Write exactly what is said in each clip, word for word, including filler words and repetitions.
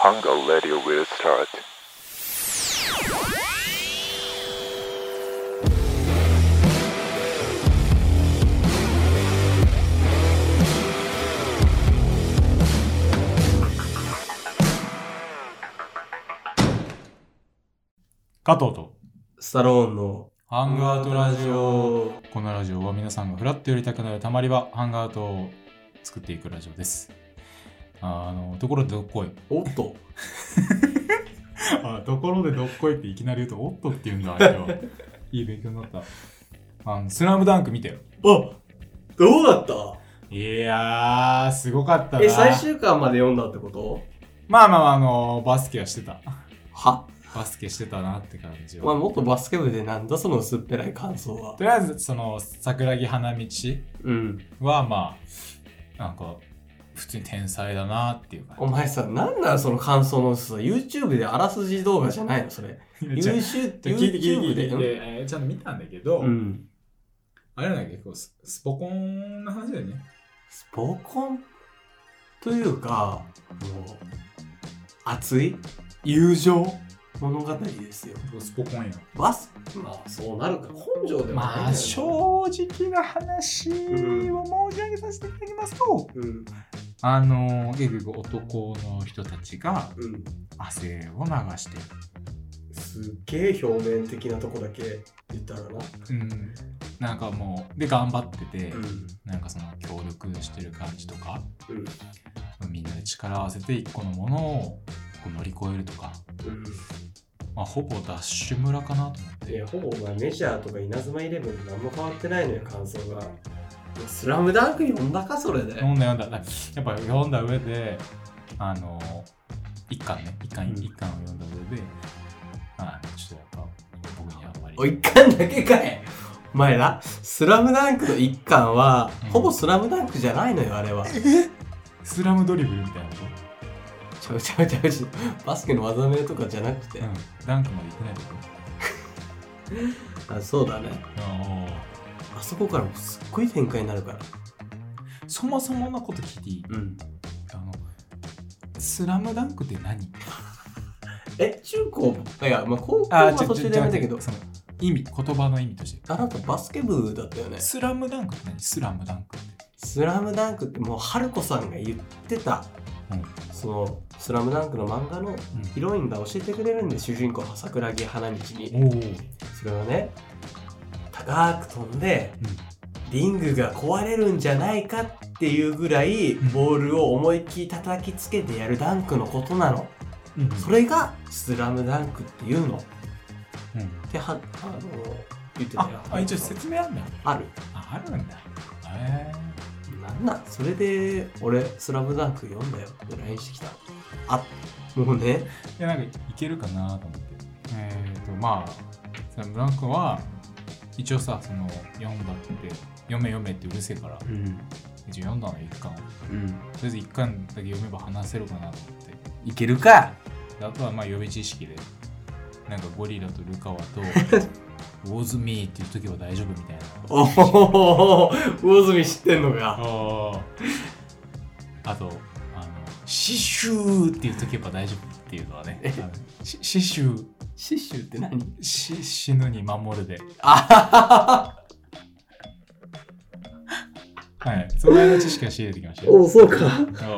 Hunger Radio will start. 加藤とスタローンのハングアウトラジオ。このラジオは皆さんがフラッと寄りたくなるたまり場、ハングアウトを作っていくラジオです。あのところでどっこい。 おっとあところでどっこいっていきなり言うとおっとって言うんだ。今日いい勉強になった。あのスラムダンク見たよ。 あ、どうだった？ いやーすごかったな。 え、最終巻まで読んだってこと？ まあまああのバスケはしてた。 は？ バスケしてたなって感じは。 まあ、もっとバスケ部でなんだその薄っぺらい感想は。 とりあえずその桜木花道うんはまあなんか普通に天才だなっていう感じ。 お前さ、なんなんその感想の薄さ。 YouTube であらすじ動画じゃないのそれ。優秀って YouTube で、 えー、ちゃんと見たんだけど、 うん、 あれなんだっけ、こうススポコンの話だよね。 スポコンというか、もう熱い友情物語ですよ。 スポコンや。 バス、まあそうなるか。根性でもないんだよな。 まあ正直な話を申し上げさせていただきますと、うん、あの結局男の人たちが汗を流してる、 うん、すっげえ表面的なとこだけ言ったらな、 うん、なんかもうで頑張ってて、うん、なんかその協力してる感じとか、うん、みんなで力を合わせて一個のものをこう乗り越えるとか、うん、まあ、ほぼダッシュ村かなと思って。 いや、ほぼお前メジャーとか稲妻イレブン何も変わってないのよ、感想が。スラムダンク読んだか、それで。 読んだ読んだ。やっぱ読んだ上で、あの、一巻ね、一巻、うん、一巻を読んだ上で、あちょっとやっぱ僕にあんまり。 お、一巻だけかい。お前ら、スラムダンクの一巻は、うん、ほぼスラムダンクじゃないのよ、あれは。 えスラムドリブルみたいなこと？ ちゃうちゃうちゃうちゃう、バスケの技名とかじゃなくて、うん、 ダンクまで行ってないとこあ、そうだね。あそこからもすっごい展開になるから。 そもそものこと聞いていい？うん、あのスラムダンクって何？ え、中高、いや、まあ、高校は途中でやめたけど、 その意味、言葉の意味として。 あなたバスケ部だったよね。 スラムダンクって何？スラムダンクって。 スラムダンクってもう春子さんが言ってた。うん、そのスラムダンクの漫画のヒロインが教えてくれるんで、うん、主人公の桜木花道に。それはね、高く飛んで、うん、リングが壊れるんじゃないかっていうぐらい、うん、ボールを思いっきり叩きつけてやるダンクのことなの、うん、それがスラムダンクっていうの、うん、ってはあの言ってたよ。 あ、一応説明あるんだ。 ある。 あ、あるんだ。へー。 なんなんそれで俺スラムダンク読んだよって ライン してきた。あ、もうね、 いやなんかいけるかなと思って、えーとまあスラムダンクは一応さ、その読んだって読め読めってうるせえから、うん、一応読んだの一巻を、うん、とりあえず一巻だけ読めば話せるかなと思って。 いけるか。 あとはまあ予備知識でなんかゴリラとルカワとウォーズミーっていう時は大丈夫みたいな。 おお、ウォーズミー知ってんのか。 あと、あの、シシューっていう時は大丈夫っていうのはね。シシュー。 シシューって何？ し死ぬに守るで。 あはははい。その間知識が仕入れてきましたよ。 おお、そうか。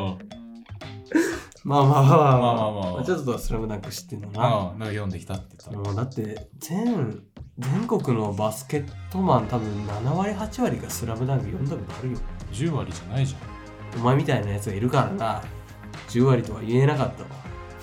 まあまあまあまあまあまあ、まあ、ちょっとスラムダンク知ってんのな。 ああ、なんか読んできたって言った。 もうだって全全国のバスケットマン多分ななわりはちわりがスラムダンク読んだことあるよ。 じゅうわりじゃないじゃん。 お前みたいなやつがいるからな。じゅうわりとは言えなかったわ。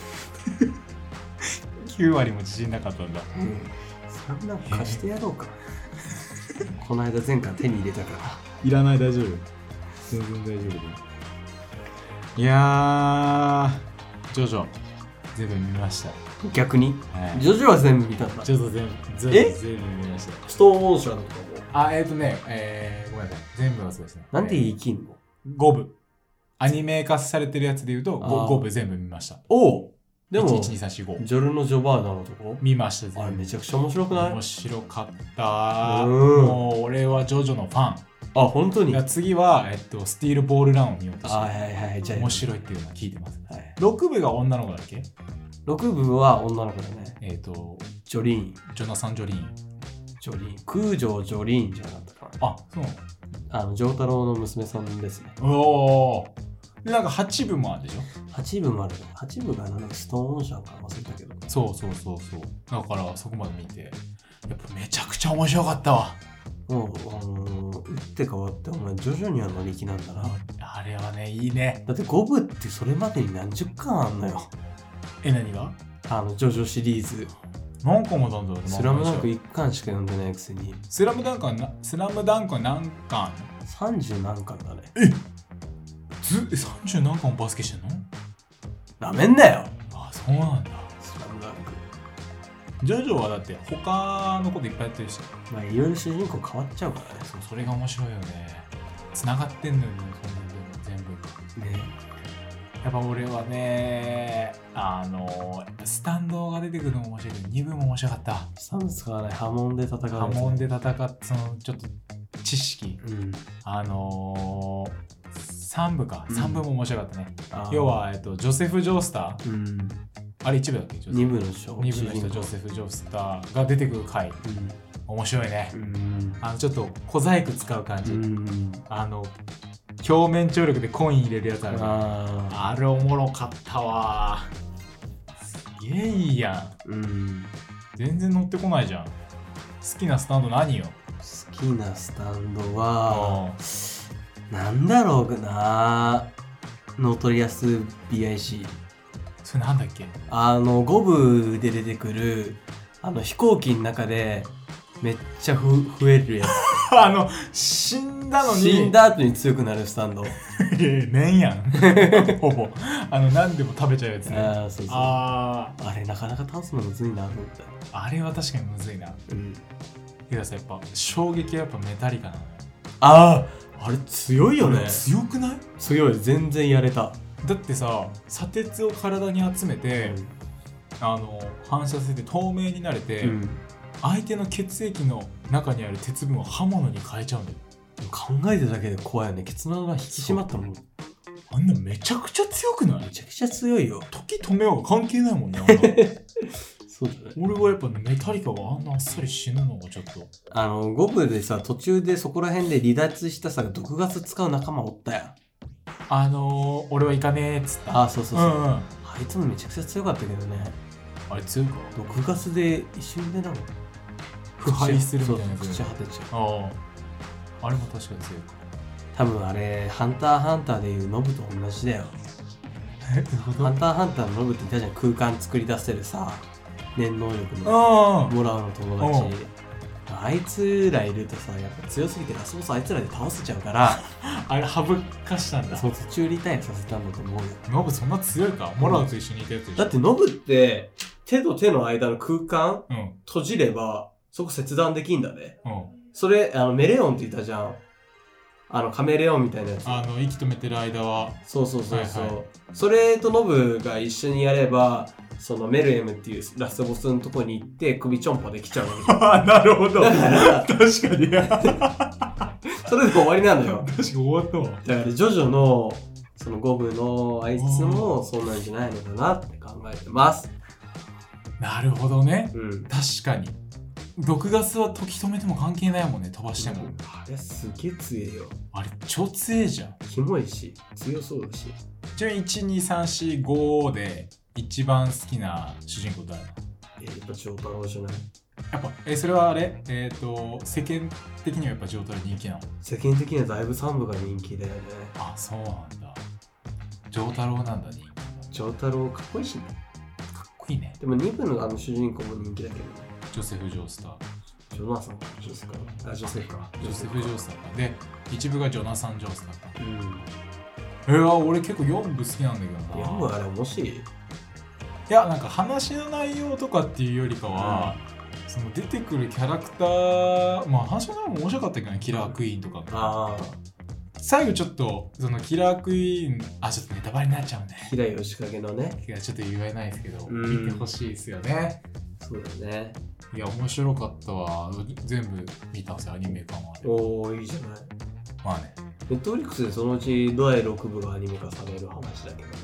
きゅうわりも自信なかったんだ。 うん。スラムダンク貸してやろうか。この間前回手に入れたから。 いらない、大丈夫。全然大丈夫で。いやー、ジョジョ全部見ました。 逆に、はい、ジョジョは全部見たんだ。 ジョジョ全部全部全部見ました。 ストーンオーシャンとかも。 あ、えっ、ー、とね、えー、ごめんなさい。全部はそうですね。 なんて言い切んの？ ごぶ。アニメ化されてるやつで言うと 5, ごぶ全部見ました。 おお。でもいちいちにさんしごジョルノ・ジョバーナのとこ見ました。 あれめちゃくちゃ面白くない？ 面白かった。もう俺はジョジョのファン。 あ、本当に？ 次は、えっと、スティールボールランを見ようとして。 あ、はいはいはい。じゃあ面白いっていうのは聞いてます。 はい。 ろく部が女の子だっけ？ ろく部は女の子だね。 えっ、ー、とジョリーンジョナサン・ジョリーンジョリーン空城ジョリーンじゃなかったかな。 あ、そうあの丈太郎の娘さんですね。 おお。でなんかはち部もあるでしょ。 はち部もある。はち部がなんかストーンオーシャンか忘れたけど。 そうそうそうそう。だからそこまで見てやっぱめちゃくちゃ面白かったわ。 もうあのー、打って変わってお前徐々には乗り気なんだな。 あれはねいいね。 だってご部ってそれまでに何十巻あんのよ。 え、何が？あのジョジョシリーズ何個もなんだろう。 スラムダンクいっかんしか読んでないくせに。 スラムダンクはなスラムダンクは何巻？ さんじゅう何巻だね。 えずさんじゅう何巻もバスケしてんの？ なめんなよ。 あ、そうなんだ。 スラムダンクジョジョはだって他のこといっぱいやってるし、 まあいろいろ主人公変わっちゃうからね。 そう、それが面白いよね。繋がってんのよね、そんな全部ね。やっぱ俺はね、あのスタンドが出てくるのも面白いけどに部も面白かった。 スタンド使わない波紋で戦う、ね、 波紋で戦ってそのちょっと知識、 うん、 あのー、さん部か、うん、さん部も面白かったね。要は、えっと、ジョセフ・ジョースター、うん、あれいち部だっけ？ に部の人に部の人ジョセフ・ジョースターが出てくる回、うん、面白いね、うん、あのちょっと小細工使う感じ、うん、あの表面張力でコイン入れるやつある。ああれおもろかったわ。すげえいいやん、うん、全然乗ってこないじゃん。好きなスタンド何よ？ 好きなスタンドはなんだろうな。ノートリアス ビーアイシー。 それなんだっけ？ あのご部で出てくるあの飛行機の中でめっちゃふ増えるやつあの死んだのに死んだ後に強くなるスタンドねんやんほぼあの何でも食べちゃうやつね。 ああそうそう。 ああれなかなか倒すのむずいなと思った。 あれは確かにむずいな。うんけどさやっぱ衝撃はやっぱメタリカなのよ。 あああれ強いよね。 強くない？ 強い。全然やれた。 だってさ砂鉄を体に集めて、うん、あの反射させて透明になれて、うん、相手の血液の中にある鉄分を刃物に変えちゃうんだよ。 考えてるだけで怖いよね。ケツの穴が引き締まったもん。 あんなめちゃくちゃ強くない？ めちゃくちゃ強いよ。 時止めようが関係ないもんね。 そうだね。 俺はやっぱねメタリカがあんなあっさり死ぬのがちょっとあのご部でさ途中でそこら辺で離脱したさ毒ガス使う仲間おったやん。 あのー、俺は行かねえっつった。 あそうそうそう、うんうん、あいつもめちゃくちゃ強かったけどね。 あれ強いか？ 毒ガスで一瞬でなんか腐敗するみたいなやつ。 口果てちゃう。 あああれも確かに強いか。 多分あれハンターハンターでいうノブと同じだよ。ハンターハンターのノブって言ったじゃん。空間作り出せるさ念能力のモラウの友達。あいつらいるとさやっぱ強すぎてラスボスあいつらで倒せちゃうからあれ省かしたんだ。 そう途中リタイアさせたんだと思うよ。 ノブそんな強いか？モラウと一緒にいたやつでしょ。 だってノブって手と手の間の空間、うん、閉じればそこ切断できんだね、うん、それあのメレオンって言ったじゃん。あのカメレオンみたいなやつ。 あの息止めてる間はそうそうそうそう、はいはい、それとノブが一緒にやればそのメルエムっていうラスボスのとこに行って首ちょんぱできちゃうの。なるほど。だから確かにそれで終わりなのよ。 確かに終わったわ。だからジョジョのそのご部のあいつもそうなんじゃないのかなって考えてます。 なるほどね、うん、確かに毒ガスは時止めても関係ないもんね。飛ばしても、うん、 あれすげえ強えよ。 あれ超強えじゃん。 キモいし強そうだし。 ちなみにいち、に、さん、し、ごで一番好きな主人公誰？ えー、やっぱ丈太郎じゃない？ やっぱえそれはあれえっ、ー、と世間的にはやっぱ丈太郎人気なの？ 世間的にはだいぶさん部が人気だよね。 あそうなんだ。丈太郎なんだ人気。丈太郎かっこいいしね。 かっこいいね。 でもに部のあの主人公も人気だけどね。 ジョセフ・ジョースター。 ジョナサンかジョセフか。あジョセフか。 ジョセフ・ジョースターか。でいち部がジョナサン・ジョースターか。うん。えー、俺結構よん部好きなんだけどな。 よん部あれ面白い？ いやなんか話の内容とかっていうよりかは、うん、その出てくるキャラクター、まあ話の内容も面白かったけどね。キラークイーンとか。ああ。最後ちょっとそのキラークイーンあちょっとネタバレになっちゃうね。 平井義景のね。 いやちょっと言えないですけど、うん、見てほしいですよね。 そうだね。 いや面白かったわ。全部見たんですよアニメ化もあれ。 おーいいじゃない。 まあね。 ネットフリックスでそのうちだいろく部がアニメ化される話だけどね。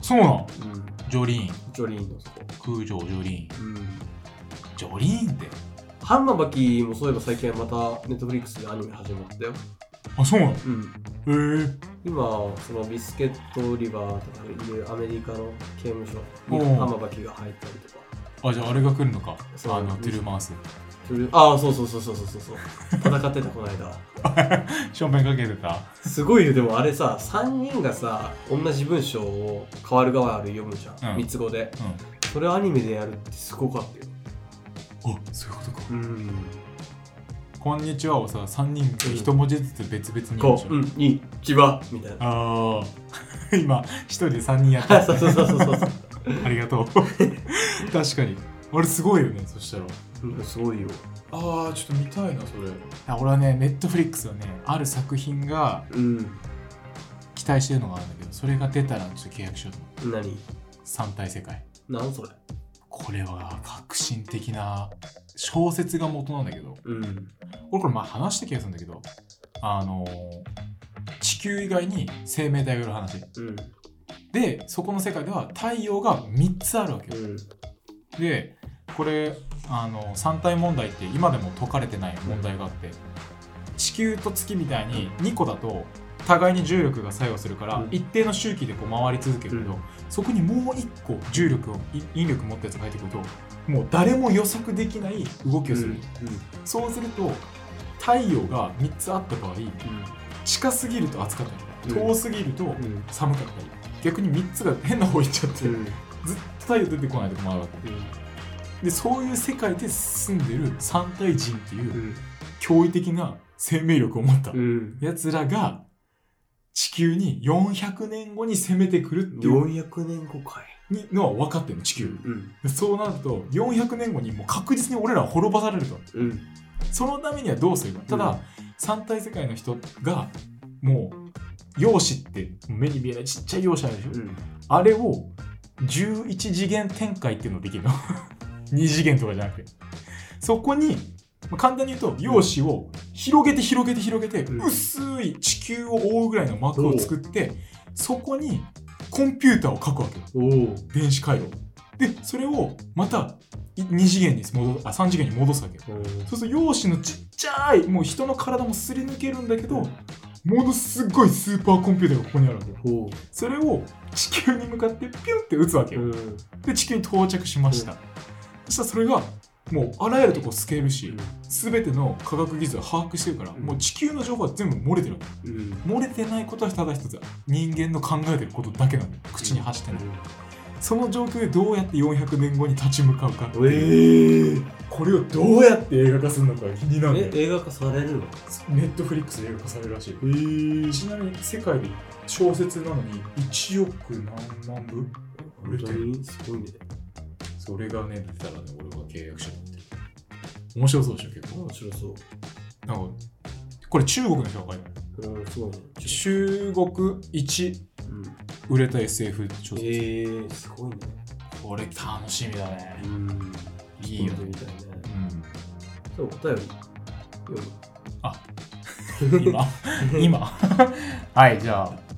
そうなん、うん、ジョリーンジョリーンのそこ空城ジョリーン、うん、ジョリーンってハンマバキもそういえば最近またネットフリックスでアニメ始まったよ。 あ、そうなの？ うん。 へえ。 今そのビスケットリバーとかいうアメリカの刑務所にハンマバキが入ったりとか。 あ、じゃああれが来るのか。あのトゥルーマウス。 ああ、そうそうそうそうそうそう。戦ってたこの間。 正面かけてた。 すごいよ。でもあれさ、さんにんがさ同じ文章を変わる変わる読むじゃん、うん、みっつ語で、うん、それをアニメでやるってすごかったよ。 あ、そういうことか。 うん。 こんにちはをさ、さんにん一文字ずつ別々に言うでしょ。こんにちはみたいな。 ああ。今一人でさんにんやった。 そうそうそうそうそう。 ありがとう。確かに。あれすごいよね。そしたら。 うん、すごいよ。 ああ、ちょっと見たいなそれ。あ、俺はね、ネットフリックスはね、ある作品が期待してるのがあるんだけど、それが出たらちょっと契約しようと思って。 何？ 三体世界。 なんそれ？ これは革新的な小説が元なんだけど、うん、俺これまあ話した気がするんだけど、あのー、地球以外に生命体がいる話、うん、でそこの世界では太陽がみっつあるわけよ、うん、でこれあの三体問題って今でも解かれてない問題があって、うん、地球と月みたいににこだと互いに重力が作用するから、うん、一定の周期でこう回り続けるけど、うん、そこにもう一個重力を引力持ったやつが入ってくるともう誰も予測できない動きをする、うんうん、そうすると太陽がみっつあった場合、うん、近すぎると暑かったり、うん、遠すぎると寒かったり、逆にみっつが変な方行っちゃって、うん、ずっと太陽出てこないと困るわけ、うん、でそういう世界で住んでる三体人っていう、うん、驚異的な生命力を持ったやつらが地球によんひゃくねんごに攻めてくるっていうよんひゃくねんごかいにのは分かってるの地球、うん、そうなるとよんひゃくねんごにもう確実に俺らは滅ぼされると、うん、そのためにはどうするか、ただ、うん、三体世界の人がもう陽子って目に見えないちっちゃい陽子あるでしょ、うん、あれをじゅういちじげん展開っていうのできるのに次元とかじゃなくて、そこに簡単に言うと陽子を広げて広げて広げて、うん、薄い地球を覆うぐらいの膜を作って、そこにコンピューターを書くわけよ、電子回路で、それをまたに次元に戻あさん次元に戻すわけよ。そうすると陽子のちっちゃいもう人の体もすり抜けるんだけど、ものすごいスーパーコンピューターがここにあるわけよ。それを地球に向かってピュンって打つわけよ。で地球に到着しました。そしたらそれがもうあらゆるところ透けるし、すべての科学技術を把握してるから、うん、もう地球の情報は全部漏れてるわけ、うん、漏れてないことはただ一つ、人間の考えてることだけなんだよ、口に発してない、うん、その状況でどうやってよんひゃくねんごに立ち向かうか、えー、これをどうやって映画化するのか気になる。 え、映画化されるの？ ネットフリックスで映画化されるらしい、えー、ちなみに世界で小説なのにいちおく何万部売れてる。 すごいね。 それがね、出たらね、俺は契約しようと思ってる。面白そうでしょ、結構。 面白そう。 なんか、これ中国の人が書いてある。うん、そうね。 中国一売れた エスエフ 小説。 えー、すごいね。 これ楽しみだね。うん。いいよね。みたいね。 うん。そう、お便り読む。 あ、今今はい、じゃあ。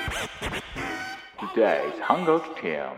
Today's Hunger Team。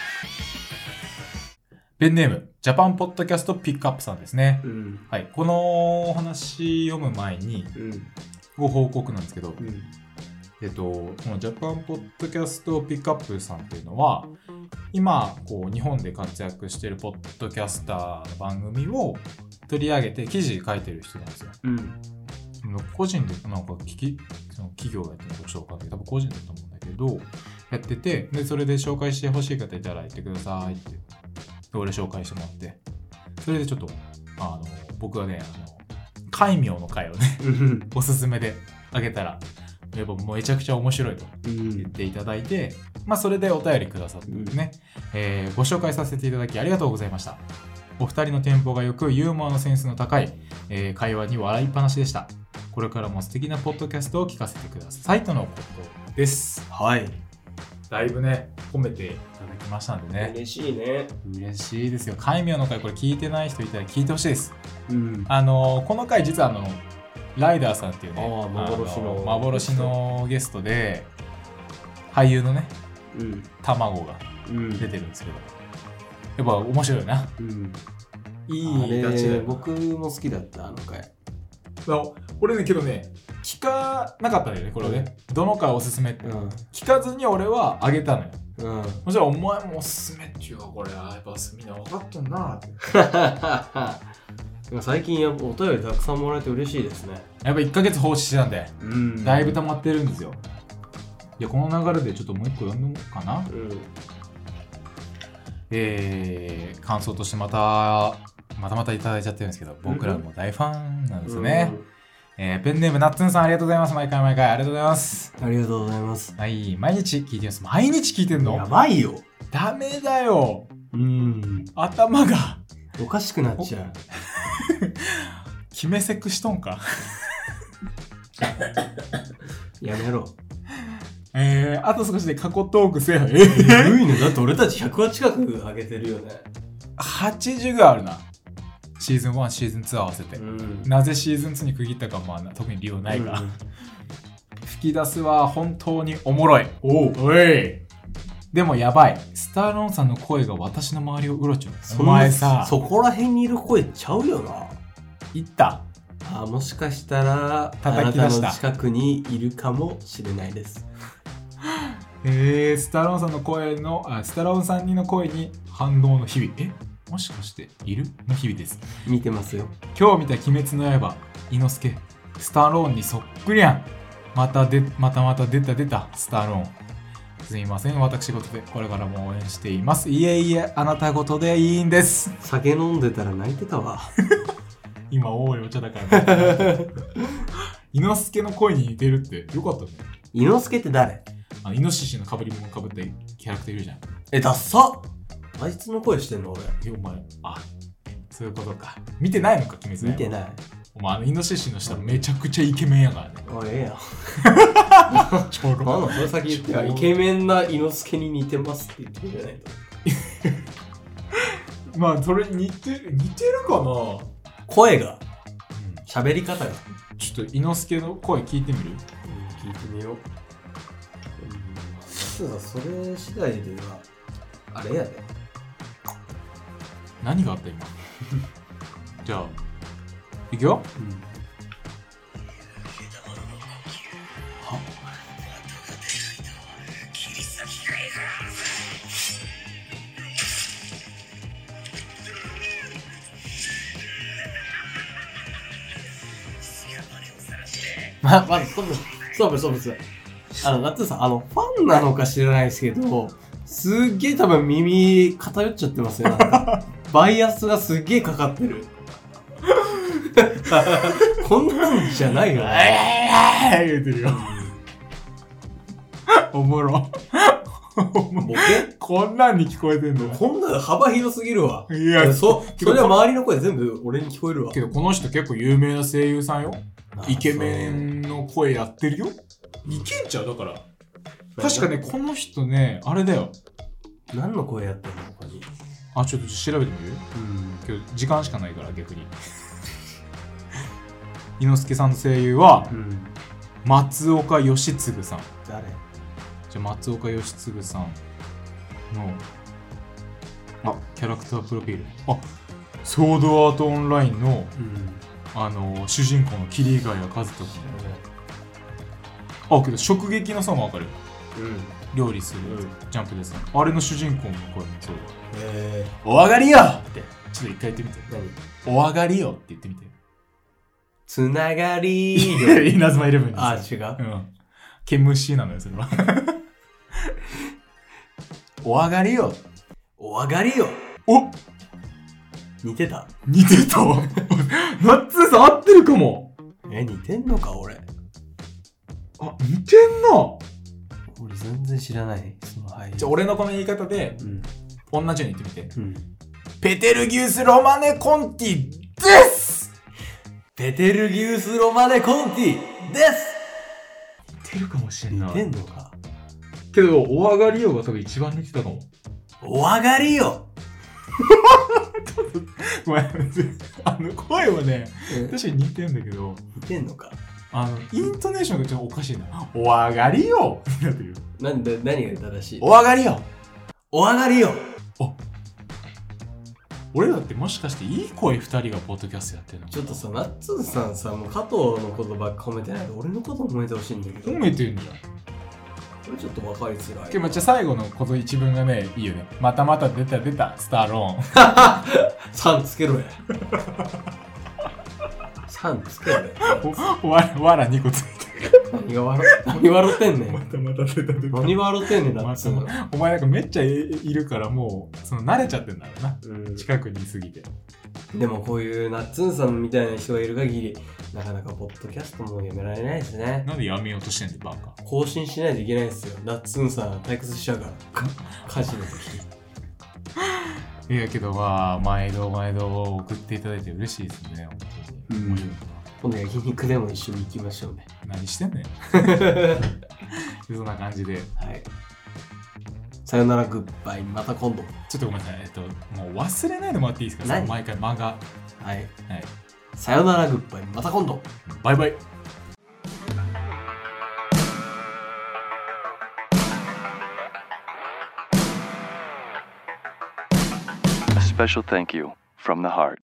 ペンネームジャパンポッドキャストピックアップさんですね、うん、はい、このお話読む前にご報告なんですけど、うん、えっとこのジャパンポッドキャストピックアップさんっていうのは今こう日本で活躍しているポッドキャスターの番組を取り上げて記事書いてる人なんですよ、うん、個人でなんか聞きその企業がやってるのか紹介で多分個人だと思うんだけどやってて、でそれで紹介してほしい方いたら言ってくださいって俺紹介してもらって、それでちょっとあの僕はねあの戒名の回をねおすすめであげたらやっぱめちゃくちゃ面白いと言っていただいて、うん、まあそれでお便りくださってね、うんえー、ご紹介させていただきありがとうございました。お二人のテンポが良くユーモアのセンスの高い、えー、会話に笑いっぱなしでした。これからも素敵なポッドキャストを聞かせてくださいとのことです。 はい、 だいぶね褒めていただきましたんでね。 嬉しいね。 嬉しいですよ。戒名の回これ聞いてない人いたら聞いてほしいです、うん、あのこの回実はあのライダーさんっていうねあ幻の幻のゲストで俳優のね卵が出てるんですけど、やっぱ面白いな、うん、いいガチだよ。 僕も好きだったあの回。 俺ねけどね聞かなかったんだよねこれね、うん、どの回おすすめって、うん、聞かずに俺はあげたのよ、うん、そしたらお前もおすすめっていうかこれやっぱみんな分かっとんなって最近やっぱお便りたくさんもらえて嬉しいですね。 やっぱいっかげつ放置してたんで、うん、だいぶ溜まってるんですよ。いやこの流れでちょっともう一個読むかな、うん、えー、感想としてまたまたまたいただいちゃってるんですけど、僕らも大ファンなんですね、うんえー、ペンネームナッツンさんありがとうございます。毎回毎回ありがとうございます。 ありがとうございます。 はい、毎日聞いてます。毎日聞いてんの？ やばいよ。 ダメだよ。うん。頭がおかしくなっちゃう。 決めセクしとんか。 やめろ。 えー、あと少しで過去トークせよ。えー、古いね。だって俺たちひゃくわ近く上げてるよね。 はちじゅうがあるな。シーズンワン、シーズンツー合わせて、うん、なぜシーズンツーに区切ったかまあ特に理由ないが、うん、吹き出すは本当におもろい。おうおい。でもやばい。スターローンさんの声が私の周りをうろちょろ。お前さ、 そこら辺にいる声ちゃうよな。 言った。 あ、もしかしたら叩き出した。あなたの近くにいるかもしれないです。 えー、スターローンさんの声のあスタローンさんにの声に反応の日々。えもしかしているの日々です。 見てますよ。 今日見た鬼滅の刃、伊之助、スタローンにそっくりやん。またでまたまた出た出たスタローン。すみません、私事でこれからも応援しています。いえいえ、あなた事でいいんです。 酒飲んでたら泣いてたわ。 今多いお茶だから、ね。伊之助の声に似てるってよかったね。 伊之助って誰？ あのイノシシの被り物かぶったキャラクターいるじゃん。 え、ダッサ。あいつの声してんの俺。 え、お前、あ、そういうことか。見てないのか、鬼滅の刃。 見てない。 お前、あのイノシシの下めちゃくちゃイケメンやからね。 おい、ええやん。ちょろ。なんだ、それ先言っては、イケメンな伊之助に似てますって言ってるんじゃないと。まあ、それ似てる、似てるかな？ 声が。喋、うん、り方が。 ちょっと伊之助の声聞いてみる？うん、 聞いてみよう。うん、それ次第では、あれやで。 何があった今。じゃあいくよ、うん、はま、まずストップストップストップストップ。あの、ナッツさん、あの、ファンなのか知らないですけど、すっげえ多分耳偏っちゃってますよ。なんかバイアスがすっげえかかってる。こんなんじゃないよね。言うてるよ。おもろ。ボケ？こんなんに聞こえてんの？ こんな幅広すぎるわ。いや、そ、それは周りの声全部俺に聞こえるわ。 けどこの人結構有名な声優さんよ。イケメンの声やってるよ。いけんちゃうだから。確かね、この人ね、あれだよ。 何の声やってんの他に。 あ、ちょっと調べてみる？うん。今日時間しかないから逆に。伊之助さんの声優は、うん、松岡義嗣さん。 誰？ じゃあ松岡義嗣さんのあキャラクタープロフィール。あ、ソードアートオンラインの、うん、あの主人公の桐ヶ谷和人君。あ、けど直撃のさもわかる。うん。料理する、うん、ジャンプですね。あれの主人公の声もそうだ。へー。お上がりよってちょっと一回言ってみて。何？お上がりよって言ってみて。 つながりー。 稲妻イレブンです。 あ、違う。 うん。ケムシーなのよそれは。お上がりよ。 お上がりよ。 お。 似てた。 似てた。ナッツーさん合ってるかも。 え、似てんのか俺。 あ、似てんな。 俺全然知らない。そのはい。 じゃあ俺のこの言い方で、うん、同じように言ってみて、うん。ペテルギウス・ロマネ・コンティです。 ペテルギウス・ロマネ・コンティです。 似てるかもしれない。 似てんのか。 けどお上がりよが多分一番似てたかも。 お上がりよ。 ごめん、あの声はね、確かに似てんだけど。 似てんのか。 あのイントネーションがちょっとおかしいな。お上がりよってなってるよ。 なんで何が正しい？ お上がりよ。 お上がりよ。 お俺だってもしかしていい声ふたりがポッドキャストやってるの？ ちょっとさ、ナッツンさんさ、もう加藤のことばっか褒めてないで俺のこと褒めてほしいんだけど。 褒めてんじゃん。 これちょっと分かりづらい。 でもじゃあ最後のこの一文がね、いいよね。またまた出た出たスターローン。 さんつけろや。さんつけろや。 おわらわらにこついてる。 何が笑何笑ってんねん。 またまた出た出た。 何笑ってんねん、ナッツン。 お前なんかめっちゃいるからもうその慣れちゃってんだろうな、 うん、 近くにいすぎて。 でもこういうナッツンさんみたいな人がいる限りなかなかポッドキャストもやめられないですね。 なんでやめようとしてんのバカ。 更新しないといけないですよ。ナッツンさん退屈しちゃうから家事の時いやけどまあ毎度毎度送っていただいて嬉しいですね、本当に。面白いな。 今度焼肉でも一緒に行きましょうね。 何してんねん。そんな感じで、 はい。さよならグッバイ、また今度。 ちょっとごめんなさい、えっともう忘れないでもらっていいですか？ 何？ 毎回漫画。 はい。はい。 さよならグッバイ、また今度。 バイバイ。 A special thank you from the heart.